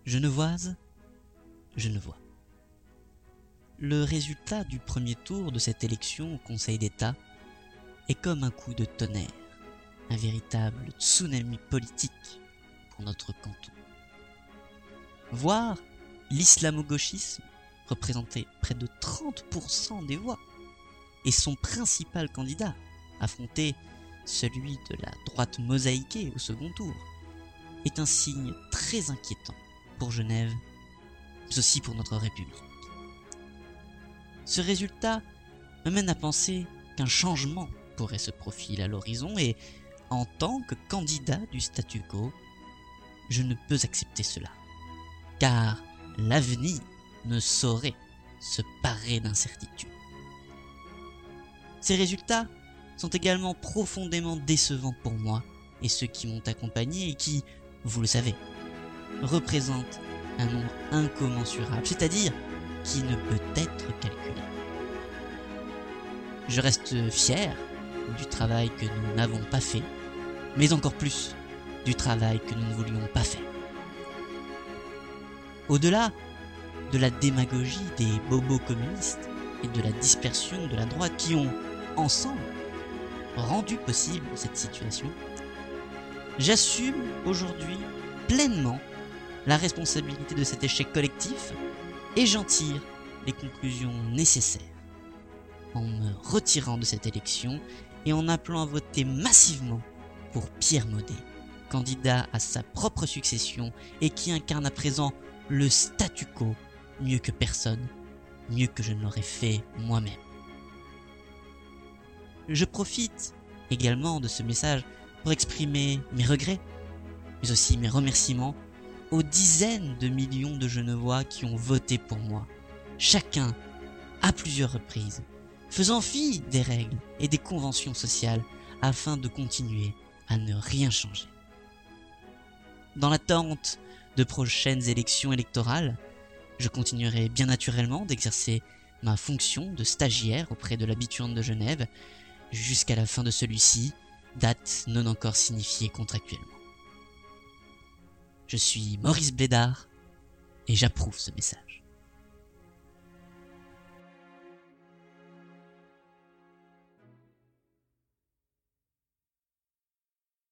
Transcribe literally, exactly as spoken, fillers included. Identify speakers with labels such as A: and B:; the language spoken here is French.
A: Genevoise, Genevois. Le résultat du premier tour de cette élection au Conseil d'État est comme un coup de tonnerre, un véritable tsunami politique pour notre canton. Voir l'islamo-gauchisme représenter près de trente pour cent des voix et son principal candidat affronter celui de la droite mosaïquée au second tour est un signe très inquiétant pour Genève, mais aussi pour notre République. Ce résultat me mène à penser qu'un changement pourrait se profiler à l'horizon et, en tant que candidat du statu quo, je ne peux accepter cela, car l'avenir ne saurait se parer d'incertitudes. Ces résultats sont également profondément décevants pour moi et ceux qui m'ont accompagné et qui, vous le savez, représentent un nombre incommensurable, c'est-à-dire qui ne peut être calculé. Je reste fier du travail que nous n'avons pas fait, mais encore plus du travail que nous ne voulions pas faire. Au-delà de la démagogie des bobos communistes et de la dispersion de la droite qui ont, ensemble, rendu possible cette situation, j'assume aujourd'hui pleinement la responsabilité de cet échec collectif et j'en tire les conclusions nécessaires en me retirant de cette élection et en appelant à voter massivement pour Pierre Maudet, candidat à sa propre succession et qui incarne à présent le statu quo mieux que personne, mieux que je ne l'aurais fait moi-même. Je profite également de ce message pour exprimer mes regrets, mais aussi mes remerciements aux dizaines de millions de Genevois qui ont voté pour moi, chacun à plusieurs reprises, faisant fi des règles et des conventions sociales afin de continuer à ne rien changer. Dans l'attente de prochaines élections électorales, je continuerai bien naturellement d'exercer ma fonction de stagiaire auprès de l'Abituante de Genève jusqu'à la fin de celui-ci, date non encore signifiée contractuellement. Je suis Maurice Blédard et j'approuve ce message.